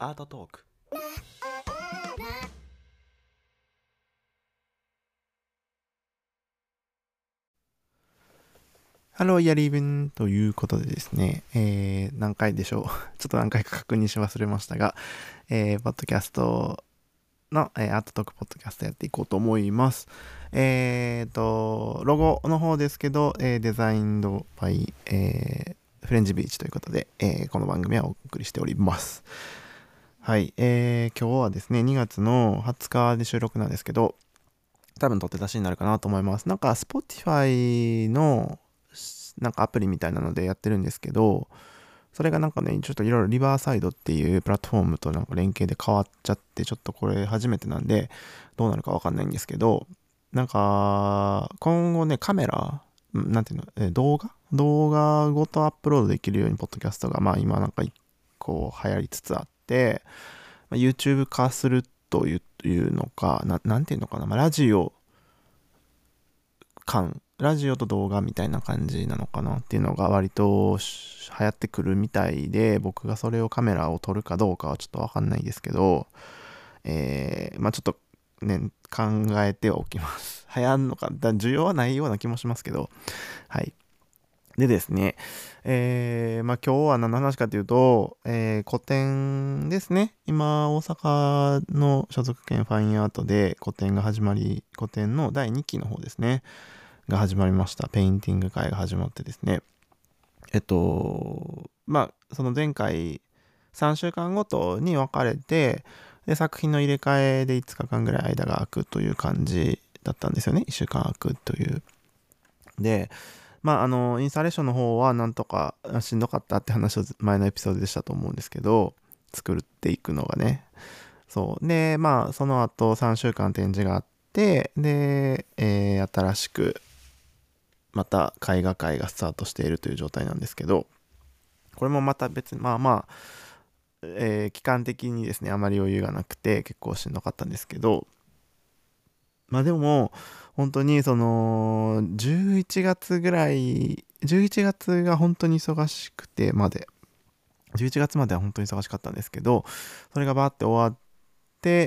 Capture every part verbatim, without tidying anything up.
アートトーク。ハローイヤリーブンということでですね、えー、何回でしょうちょっと何回か確認し忘れましたが、えー、ポッドキャストの、えー、アートトークポッドキャストやっていこうと思います。えーと、ロゴの方ですけど、えー、デザインドバイ、えー、フレンジビーチということで、えー、この番組はお送りしております。はい、えー、今日はですね、にがつのはつかで収録なんですけど、多分取って出しになるかなと思います。なんか Spotify のなんかアプリみたいなのでやってるんですけど、それがなんかね、ちょっといろいろリバーサイドっていうプラットフォームとなんか連携で変わっちゃって、ちょっとこれ初めてなんでどうなるかわかんないんですけど、なんか今後ね、カメラ、なんていうの、え動画動画ごとアップロードできるようにポッドキャストがまあ今なんか一個流行りつつあって、まあ、YouTube 化するというのかな、なんていうのかな、まあ、ラジオ感、ラジオと動画みたいな感じなのかなっていうのが割と流行ってくるみたいで、僕がそれをカメラを撮るかどうかはちょっとわかんないですけど、えー、まあちょっとね、考えてはおきます。流行んのか、だ需要はないような気もしますけど、はい。でですね、えー、まあ今日は何の話かというと、えー、個展ですね。今、大阪の所属権ファインアートで個展が始まり、個展のだいにきの方ですね。が始まりました。ペインティング会が始まってですね。えっと、まあ、その前回さんしゅうかんごとに分かれて、で、作品の入れ替えでいつかかんぐらい間が空くという感じだったんですよね。いっしゅうかん空くという。で、まあ、あの、インスタレーションの方はなんとかしんどかったって話を前のエピソードでしたと思うんですけど、作っていくのがね。そう。で、まあ、その後さんしゅうかん展示があって、で、えー新しく、また絵画会がスタートしているという状態なんですけど、これもまた別に、まあまあ、えー期間的にですね、あまり余裕がなくて結構しんどかったんですけど、まあでも、本当にその、じゅういちがつぐらい、じゅういちがつが本当に忙しくてまで、じゅういちがつまでは本当に忙しかったんですけど、それがバーって終わって、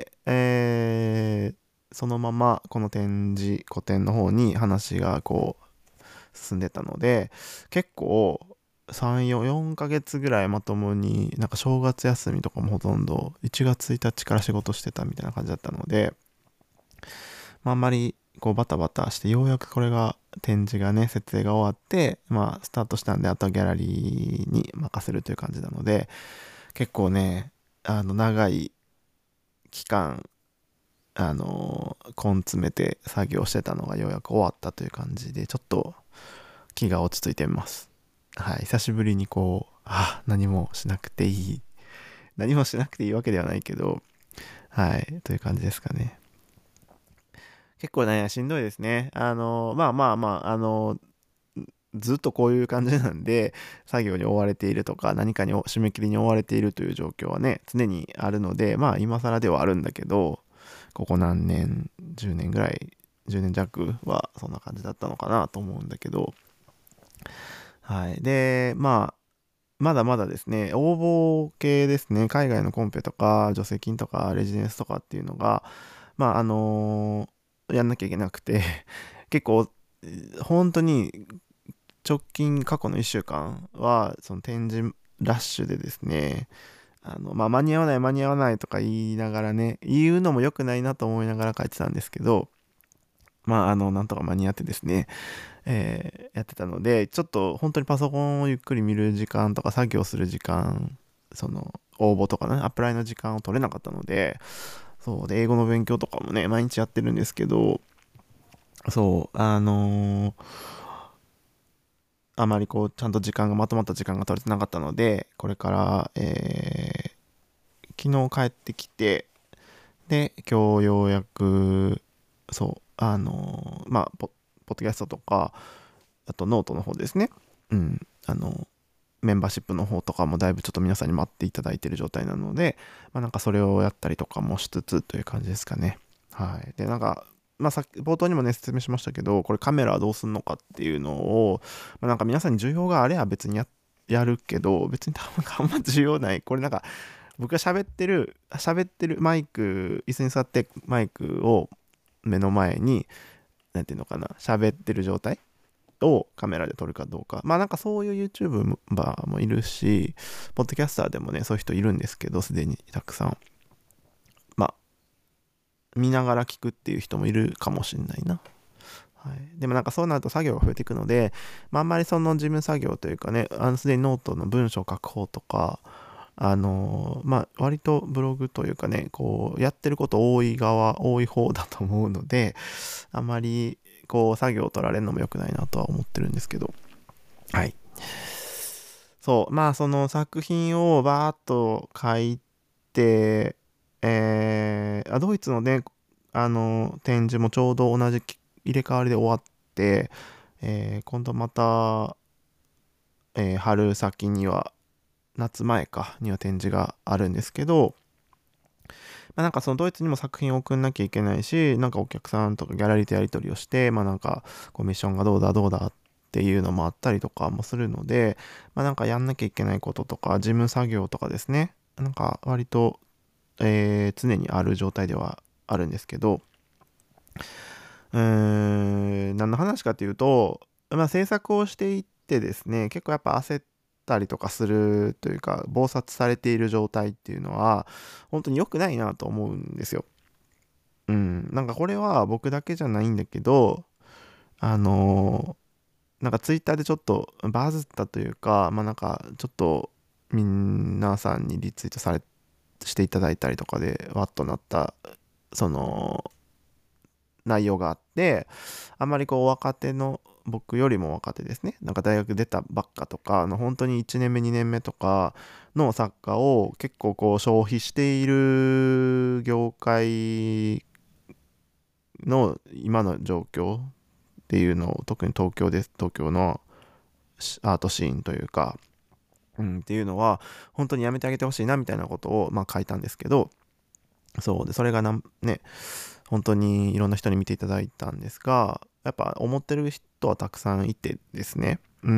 えーそのままこの展示、個展の方に話がこう進んでたので、結構さん、よん、よんかげつぐらいまともに、なんか正月休みとかもほとんどいちがつついたちから仕事してたみたいな感じだったので、まあ、あんまりこうバタバタして、ようやくこれが展示がね、設営が終わって、まあスタートしたんで、あとはギャラリーに任せるという感じなので、結構ね、あの長い期間、あの根詰めて作業してたのがようやく終わったという感じで、ちょっと気が落ち着いてます。はい、久しぶりにこう、あ、何もしなくていい。何もしなくていいわけではないけど、はい、という感じですかね。結構ね、しんどいですね。あの、まあまあまあ、あの、ずっとこういう感じなんで、作業に追われているとか、何かに締め切りに追われているという状況はね、常にあるので、まあ今更ではあるんだけど、ここ何年、じゅうねんぐらい、じゅうねん弱はそんな感じだったのかなと思うんだけど、はい。で、まあ、まだまだですね、応募系ですね、海外のコンペとか、助成金とか、レジデンスとかっていうのが、まあ、あのーやんなきゃいけなくて、結構、本当に直近過去のいっしゅうかんは、その展示ラッシュでですね、あの、まあ、間に合わない間に合わないとか言いながらね、言うのも良くないなと思いながら書いてたんですけど、まあ、あの、なんとか間に合ってですね、えーやってたので、ちょっと本当にパソコンをゆっくり見る時間とか作業する時間、その応募とかね、アプライの時間を取れなかったので、そうで、英語の勉強とかもね、毎日やってるんですけど、そう、あのーあまりこう、ちゃんと時間が、まとまった時間が取れてなかったので、これから、えー昨日帰ってきて、で、今日ようやく、そう、あのーまあ、ポ、ポッドキャストとか、あとノートの方ですね。うん。あの、メンバーシップの方とかもだいぶちょっと皆さんに待っていただいている状態なので、まあなんかそれをやったりとかもしつつという感じですかね。はい。で、なんか、まあさっき、冒頭にもね、説明しましたけど、これカメラはどうすんのかっていうのを、まあなんか皆さんに需要があれば別にや、やるけど、別に多分あんま需要ない。これなんか、 僕が喋ってる、喋ってるマイク、椅子に座ってマイクを目の前に、なんていうのかな、喋ってる状態をカメラで撮るかどうか。まあなんかそういう YouTuber もいるし、ポッドキャスターでもね、そういう人いるんですけど、すでにたくさん。まあ、見ながら聞くっていう人もいるかもしれないな。はい、でもなんかそうなると作業が増えていくので、まあ、あんまりその事務作業というかね、あのすでにノートの文章を書く方とか、あのーまあ割とブログというかね、こうやってること多い側、多い方だと思うので、あんまりこう作業を取られるのも良くないなとは思ってるんですけど、はい。そう、まあその作品をバーっと書いて、えー、あドイツのね、あの展示もちょうど同じ入れ替わりで終わって、えー今度また、えー春先には、夏前かには展示があるんですけど、まあ、なんかそのドイツにも作品を送んなきゃいけないし、なんかお客さんとかギャラリーとやり取りをして、まあなんかコミッションがどうだどうだっていうのもあったりとかもするので、まあなんかやんなきゃいけないこととか、事務作業とかですね、なんか割と、えー常にある状態ではあるんですけど、うーん、何の話かというと、まあ、制作をしていってですね、結構やっぱ焦ったりとかするというか、忙殺されている状態っていうのは、本当に良くないなと思うんですよ。うん。なんかこれは僕だけじゃないんだけど、あのーなんかツイッターでちょっとバズったというか、まあなんかちょっと皆さんにリツイートされ、していただいたりとかで、わっとなった、その、内容があって、あんまりこう若手の、僕よりも若手ですね。なんか大学出たばっかとか、あの本当にいちねんめ、にねんめとかの作家を結構こう消費している業界の今の状況っていうのを、特に東京です。東京のアートシーンというか、うん、っていうのは、本当にやめてあげてほしいなみたいなことを、まあ書いたんですけど、そうで、それがなんね、本当にいろんな人に見ていただいたんですが、やっぱ思ってる人はたくさんいてですね。うん。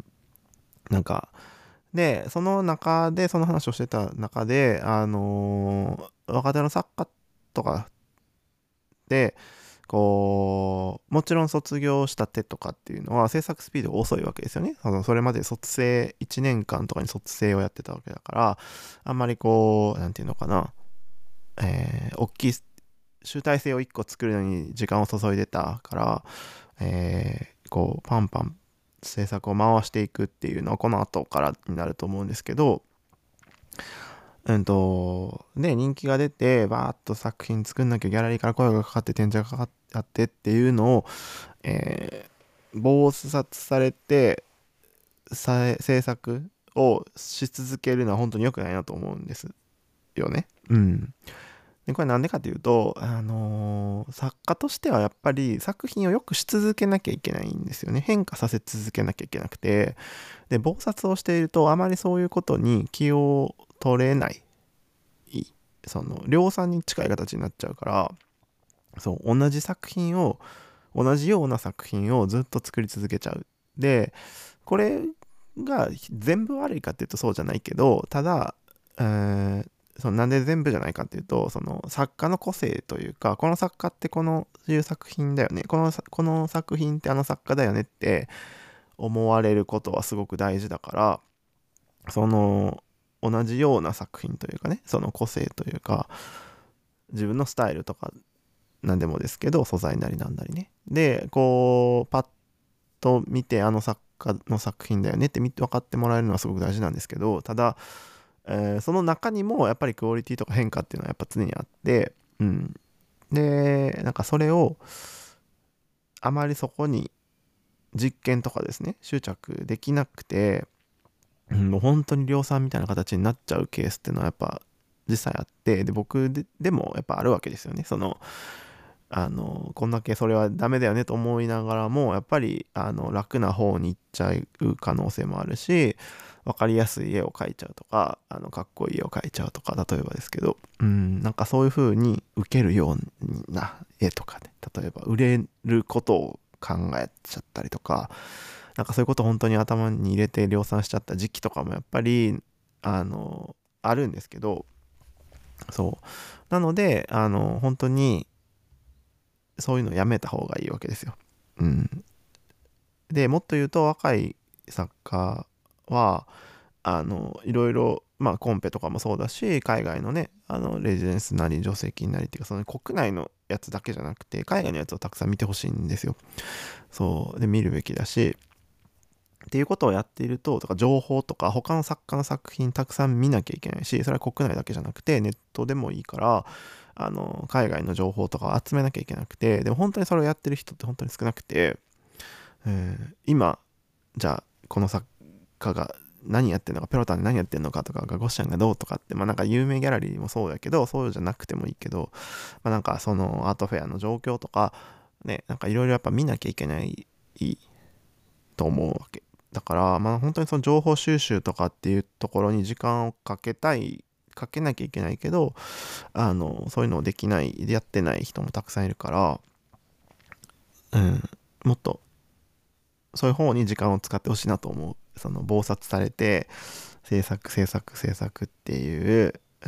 なんか、で、その中で、その話をしてた中で、あのー若手の作家とかで、こう、もちろん卒業したてとかっていうのは制作スピードが遅いわけですよね。そのそれまで卒生、いちねんかんとかに卒生をやってたわけだから、あんまりこう、なんていうのかな、えー、大きい集大成をいっこ作るのに時間を注いでたから、えー、こうパンパン制作を回していくっていうのはこの後からになると思うんですけど、うんと、で、人気が出て、バーッと作品作んなきゃギャラリーから声がかかって展示がかかってっていうのを、えー、忙殺されて、さ制作をし続けるのは本当に良くないなと思うんですよね。うん。で、これなんでかというと、あのー作家としてはやっぱり作品をよくし続けなきゃいけないんですよね。変化させ続けなきゃいけなくて。で、忙殺をしているとあまりそういうことに気を取れない。その、量産に近い形になっちゃうから、そう、同じ作品を、同じような作品をずっと作り続けちゃう。で、これが全部悪いかっていうとそうじゃないけど、ただ、えーそのなんで全部じゃないかっていうと、その作家の個性というか、この作家ってこのいう作品だよね、このこの作品ってあの作家だよねって思われることはすごく大事だから、その同じような作品というかね、その個性というか、自分のスタイルとか何でもですけど、素材なりなんなりね。で、こう、パッと見てあの作家の作品だよねって見て分かってもらえるのはすごく大事なんですけど、ただ、えーその中にもやっぱりクオリティとか変化っていうのはやっぱ常にあって、うん。で、なんかそれをあまりそこに実験とかですね、執着できなくて、うん、もう本当に量産みたいな形になっちゃうケースっていうのはやっぱ実際あって、で、僕ででもやっぱあるわけですよね。その、あの、こんだけそれはダメだよねと思いながらも、やっぱり、あの、楽な方に行っちゃう可能性もあるし、わかりやすい絵を描いちゃうとか、あの、かっこいい絵を描いちゃうとか、例えばですけど、うん、なんかそういう風に受けるような絵とかね、例えば売れることを考えちゃったりとか、なんかそういうこと本当に頭に入れて量産しちゃった時期とかもやっぱり、あの、あるんですけど、 そうなのであの本当にそういうのやめた方がいいわけですよ。うん、でもっと言うと若い作家はあのいろいろまあコンペとかもそうだし海外のねあのレジデンスなり助成金なりっていうかその国内のやつだけじゃなくて海外のやつをたくさん見てほしいんですよ。そうで見るべきだしっていうことをやっているととか情報とか他の作家の作品たくさん見なきゃいけないしそれは国内だけじゃなくてネットでもいいからあの海外の情報とかを集めなきゃいけなくてでも本当にそれをやってる人って本当に少なくて、えー今じゃあこの作家が何やってんのかペロタンで何やってんのかとかガゴッシャンがどうとかってまあなんか有名ギャラリーもそうだけどそうじゃなくてもいいけど、まあ、なんかそのアートフェアの状況とかねなんかいろいろやっぱ見なきゃいけないと思うわけだからまあ本当にその情報収集とかっていうところに時間をかけたいかけなきゃいけないけどあのそういうのをできないやってない人もたくさんいるからうんもっとそういう方に時間を使ってほしいなと思う。その忙殺されて制作制作制作っていう、うん、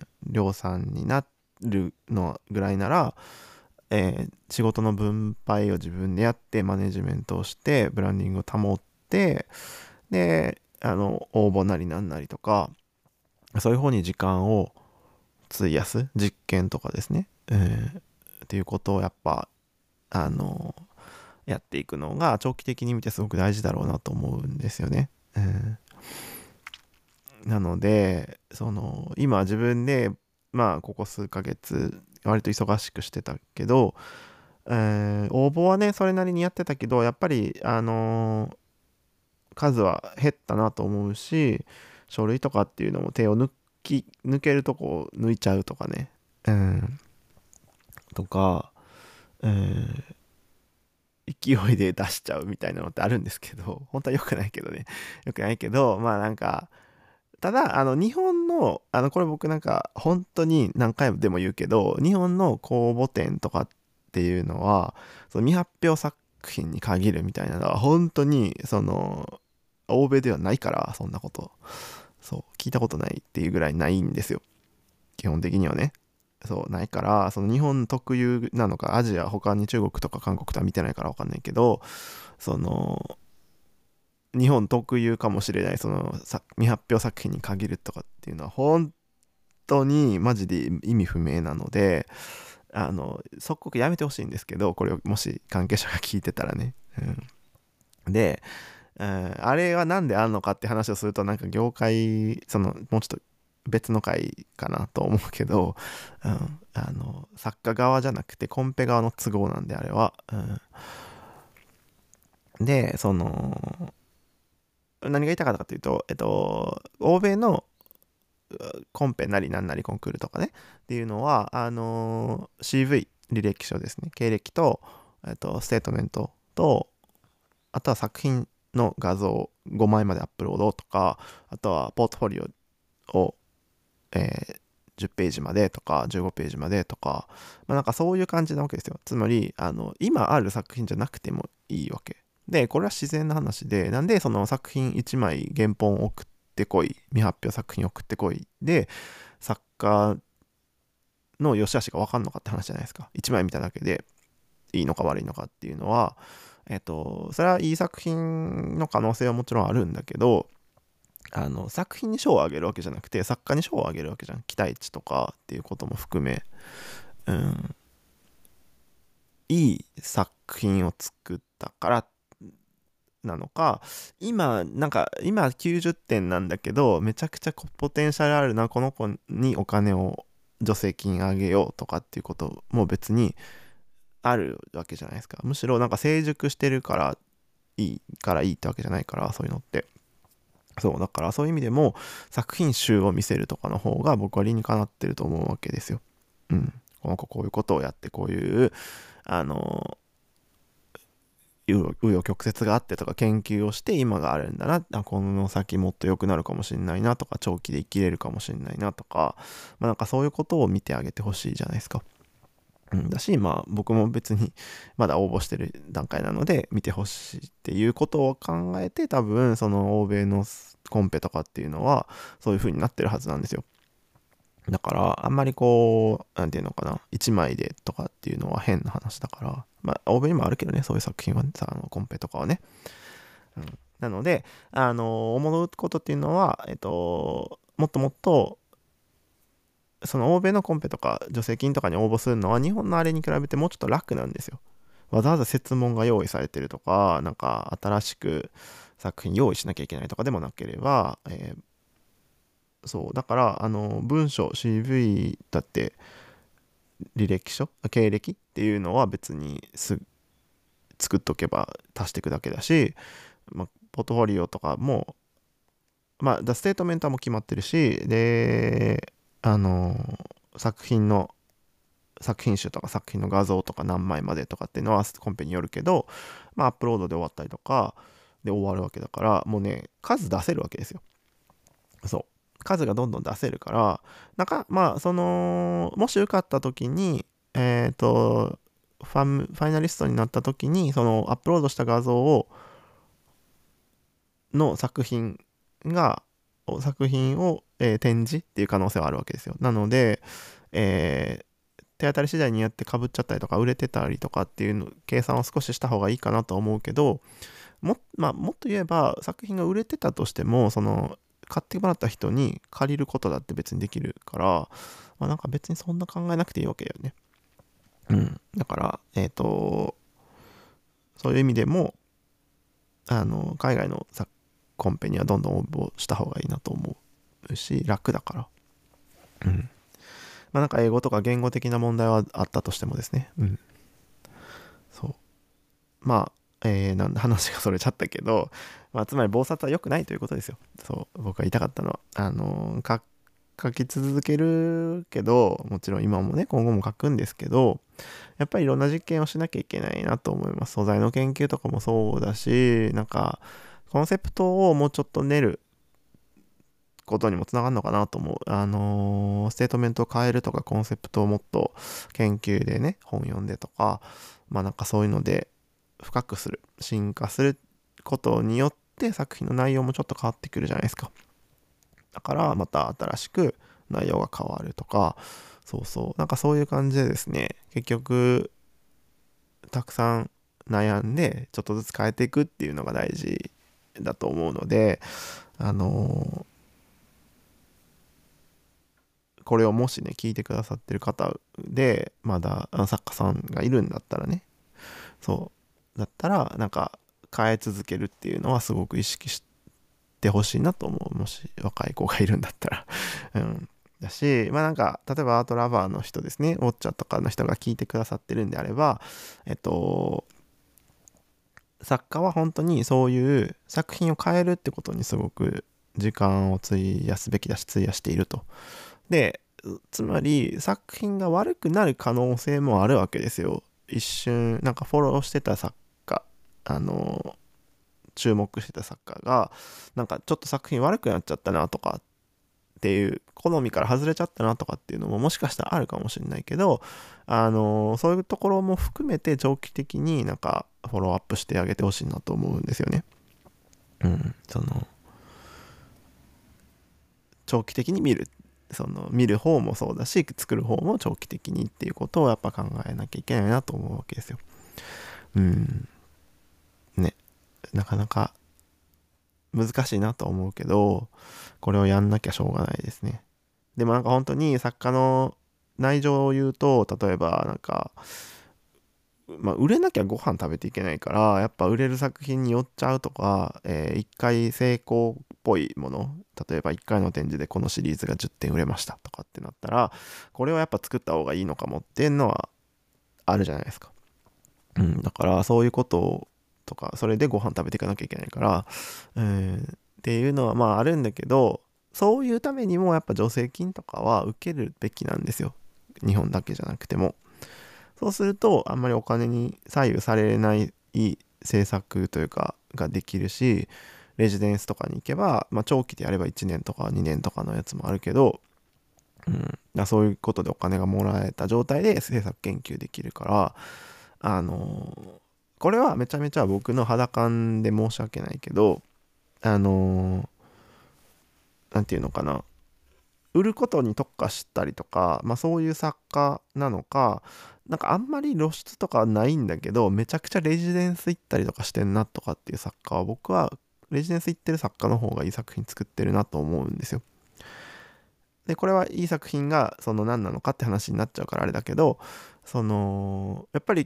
量産になるのぐらいなら、えー仕事の分配を自分でやってマネジメントをしてブランディングを保ってであの応募なりなんなりとかそういう方に時間を費やす実験とかですね、えーっていうことをやっぱあのやっていくのが長期的に見てすごく大事だろうなと思うんですよね。うん、なのでその今自分でまあここ数ヶ月割と忙しくしてたけど、えー応募はねそれなりにやってたけどやっぱりあのー数は減ったなと思うし書類とかっていうのも手を抜き抜けるとこ抜いちゃうとかね、うん、とか、えー勢いで出しちゃうみたいなのってあるんですけど本当は良くないけどね良くないけどまあなんかただあの日本のあのこれ僕なんか本当に何回でも言うけど日本の公募展とかっていうのはその未発表作品に限るみたいなのは本当にその欧米ではないからそんなことそう聞いたことないっていうぐらいないんですよ基本的にはねそうないからその日本特有なのかアジア他に中国とか韓国とは見てないから分かんないけどその日本特有かもしれないそのさ未発表作品に限るとかっていうのは本当にマジで意味不明なのであの即刻やめてほしいんですけどこれをもし関係者が聞いてたらね、うん、で、うん、あれはなんであんのかって話をするとなんか業界そのもうちょっと別の回かなと思うけど、うん、あの作家側じゃなくてコンペ側の都合なんであれは、うん、でその何が言いたかったかというと、えっと、欧米のコンペなりなんなりコンクールとかねっていうのはあのー シーブイ 履歴書ですね経歴と、えっと、ステートメントとあとは作品の画像ごまいまでアップロードとかあとはポートフォリオを、えーじゅっページまでとかじゅうごページまでとか、まあ、なんかそういう感じなわけですよ。つまりあの今ある作品じゃなくてもいいわけでこれは自然な話でなんでその作品いちまい原本送ってこい未発表作品送ってこいで作家の良し悪しが分かんのかって話じゃないですか。いちまい見ただけでいいのか悪いのかっていうのはえっとそれはいい作品の可能性はもちろんあるんだけどあの作品に賞をあげるわけじゃなくて作家に賞をあげるわけじゃん期待値とかっていうことも含め、うん、いい作品を作ったからなのか今なんか今きゅうじゅってんなんだけどめちゃくちゃポテンシャルあるなこの子にお金を助成金あげようとかっていうことも別にあるわけじゃないですか。むしろなんか成熟してるからいいからいいってわけじゃないからそういうのってそうだからそういう意味でも作品集を見せるとかの方が僕は理にかなってると思うわけですよ。うん、この子こういうことをやってこういうあの紆余曲折があってとか研究をして今があるんだなあこの先もっと良くなるかもしれないなとか長期で生きれるかもしれないなとか、まあ、なんかそういうことを見てあげてほしいじゃないですか。うん、だしまあ僕も別にまだ応募してる段階なので見てほしいっていうことを考えて多分その欧米のコンペとかっていうのはそういう風になってるはずなんですよ。 だからあんまりこうなんていうのかな、いちまいでとかっていうのは変な話だから、まあ欧米にもあるけどね、そういう作品はさ、あのコンペとかはね、うん、なのであの思うことっていうのは、えっともっともっとその欧米のコンペとか助成金とかに応募するのは日本のあれに比べてもうちょっと楽なんですよ。わざわざ設問が用意されてるとか、なんか新しく作品用意しなきゃいけないとかでもなければ、えーそうだから、あの文章 シーブイ だって履歴書経歴っていうのは別にす作っとけば足していくだけだし、まあ、ポートフォリオとかも、まあ、ステートメントはもう決まってるし、で、あの作品の作品集とか作品の画像とか何枚までとかっていうのはコンペによるけど、まあ、アップロードで終わったりとかで終わるわけだから、もうね、数出せるわけですよ。そう。数がどんどん出せるから、なんか、まあ、その、もし受かった時に、えっと、ファン、ファイナリストになった時に、そのアップロードした画像を、の作品が、作品を、えー展示っていう可能性はあるわけですよ。なので、えー手当たり次第にやってかぶっちゃったりとか売れてたりとかっていうの計算を少しした方がいいかなと思うけど、も,、まあ、もっと言えば作品が売れてたとしても、その買ってもらった人に借りることだって別にできるから、まあ、なんか別にそんな考えなくていいわけよね。うん。だからえっ、とそういう意味でもあの海外のさコンペにはどんどん応募した方がいいなと思うし、楽だから。うん。まあなんか英語とか言語的な問題はあったとしてもですね。うん。そう。まあ、えー、なんだ話がそれちゃったけど、まあ、つまり忙殺は良くないということですよ。そう、僕が言いたかったのは。あのー、か書き続けるけど、もちろん今もね、今後も書くんですけど、やっぱりいろんな実験をしなきゃいけないなと思います。素材の研究とかもそうだし、なんか、コンセプトをもうちょっと練ることにもつながるのかなと思う。あのーステートメントを変えるとか、コンセプトをもっと研究でね、本読んでとか、まあなんかそういうので深くする、進化することによって作品の内容もちょっと変わってくるじゃないですか。だからまた新しく内容が変わるとか、そうそう、なんかそういう感じでですね、結局たくさん悩んでちょっとずつ変えていくっていうのが大事だと思うので、あのーこれをもしね、聞いてくださってる方で、まだあの作家さんがいるんだったらね、そう、だったら、なんか、変え続けるっていうのはすごく意識してほしいなと思う。もし若い子がいるんだったら。うん。だし、まあなんか、例えばアートラバーの人ですね、ウォッチャーとかの人が聞いてくださってるんであれば、えっと、作家は本当にそういう作品を変えるってことにすごく時間を費やすべきだし、費やしていると。で、つまり作品が悪くなる可能性もあるわけですよ。一瞬、なんかフォローしてた作家、あの、注目してた作家が、なんかちょっと作品悪くなっちゃったなとかっていう、好みから外れちゃったなとかっていうのももしかしたらあるかもしれないけど、あの、そういうところも含めて長期的になんかフォローアップしてあげてほしいなと思うんですよね。うん、その、長期的に見る、その見る方もそうだし作る方も長期的にっていうことをやっぱ考えなきゃいけないなと思うわけですよ。うんね、なかなか難しいなと思うけど、これをやんなきゃしょうがないですね。でもなんか本当に作家の内情を言うと、例えばなんか、まあ、売れなきゃご飯食べていけないから、やっぱ売れる作品に寄っちゃうとか、えー、一回成功っぽいもの、例えば一回の展示でこのシリーズがじゅってん売れましたとかってなったら、これはやっぱ作った方がいいのかもっていうのはあるじゃないですか。うん、だからそういうこととか、それでご飯食べていかなきゃいけないから、うん、っていうのはまああるんだけど、そういうためにもやっぱ助成金とかは受けるべきなんですよ。日本だけじゃなくても。そうすると、あんまりお金に左右されない政策というか、ができるし、レジデンスとかに行けば、まあ、長期でやればいちねんとかにねんとかのやつもあるけど、うん、だそういうことでお金がもらえた状態で政策研究できるから、あのーこれはめちゃめちゃ僕の肌感で申し訳ないけど、あのーなんていうのかな。 売ることに特化したりとか、まあそういう作家なのか、なんかあんまり露出とかはないんだけど、めちゃくちゃレジデンス行ったりとかしてんなとかっていう作家は、僕はレジデンス行ってる作家の方がいい作品作ってるなと思うんですよ。で、これはいい作品がその何なのかって話になっちゃうからあれだけど、その、やっぱり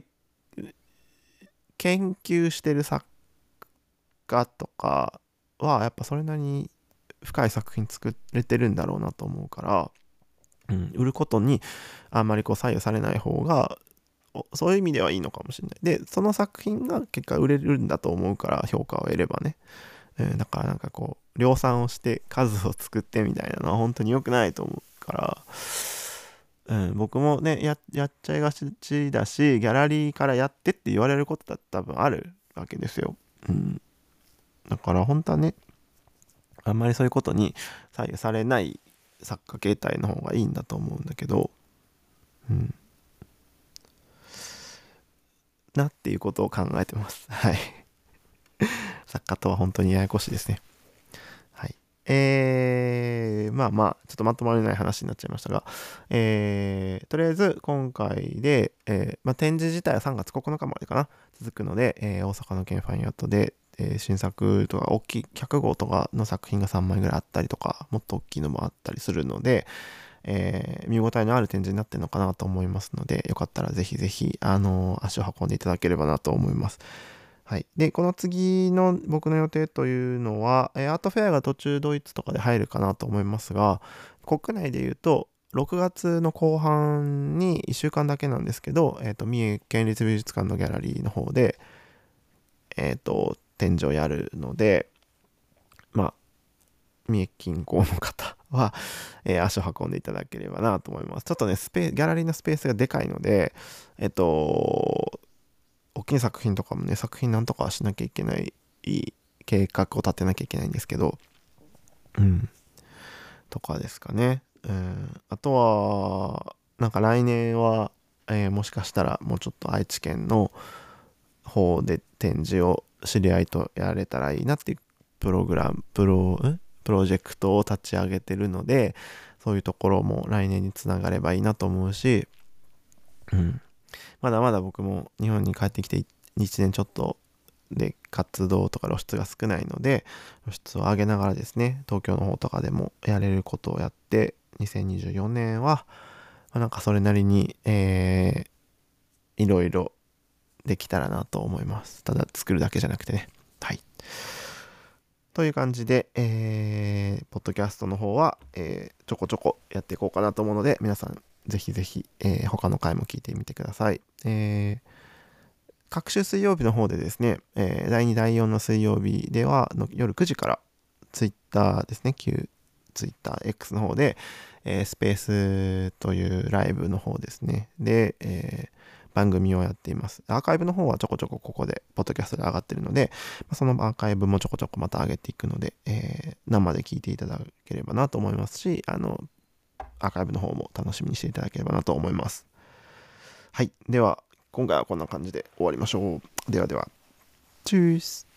研究してる作家とかは、やっぱそれなりに深い作品作れてるんだろうなと思うから、うん、売ることにあんまりこう左右されない方が、そういう意味ではいいのかもしれない。で、その作品が結果売れるんだと思うから評価を得ればね。うん、だからなんかこう、量産をして数を作ってみたいなのは本当に良くないと思うから、うん、僕もね、や、やっちゃいがちだし、ギャラリーからやってって言われることだって多分あるわけですよ。うん。だから本当はね、あんまりそういうことに左右されない作家形態の方がいいんだと思うんだけど、うん。なっていうことを考えてます。はい。作家とは本当にややこしいですね。はい。えー、まあまあ、ちょっとまとまりない話になっちゃいましたが、えー、とりあえず今回で、えーまあ、展示自体はさんがつここのかまでかな、続くので、えー大阪のケンファインアートで、えー新作とか大きいひゃくごうとかの作品がさんまいぐらいあったりとか、もっと大きいのもあったりするので、えー見応えのある展示になってるのかなと思いますので、よかったらぜひぜひ、あのー足を運んでいただければなと思います。はい。で、この次の僕の予定というのは、えーアートフェアが途中ドイツとかで入るかなと思いますが、国内で言うと、ろくがつの後半にいっしゅうかんだけなんですけど、えっと、三重県立美術館のギャラリーの方で、えっと、展示をやるので、まあ、三重近郊の方は、えー足を運んでいただければなと思います。ちょっとね、スペース、ギャラリーのスペースがでかいので、えっと、大きい作品とかもね、作品なんとかしなきゃいけない計画を立てなきゃいけないんですけど、うん、とかですかね。うん、あとは、なんか来年は、えーもしかしたらもうちょっと愛知県の方で展示を知り合いとやれたらいいなっていうプログラム、プロ、んプロジェクトを立ち上げてるので、そういうところも来年につながればいいなと思うし、うん、まだまだ僕も日本に帰ってきていちねんちょっとで活動とか露出が少ないので、露出を上げながらですね、東京の方とかでもやれることをやって、にせんにじゅうよねんは、まあ、なんかそれなりに、えー、いろいろできたらなと思います。ただ作るだけじゃなくてね。はい。という感じで、えー、ポッドキャストの方は、えー、ちょこちょこやっていこうかなと思うので、皆さんぜひぜひ、えー、他の回も聞いてみてください。えー各週水曜日の方でですね、えーだいに、だいよんの水曜日ではの夜くじからツイッターですね、旧ツイッター X の方で、えースペースというライブの方ですね、で、えー番組をやっています。アーカイブの方はちょこちょこここで、ポッドキャストで上がってるので、そのアーカイブもちょこちょこまた上げていくので、えー生で聞いていただければなと思いますし、あの、アーカイブの方も楽しみにしていただければなと思います。はい。では、今回はこんな感じで終わりましょう。ではでは。チュース。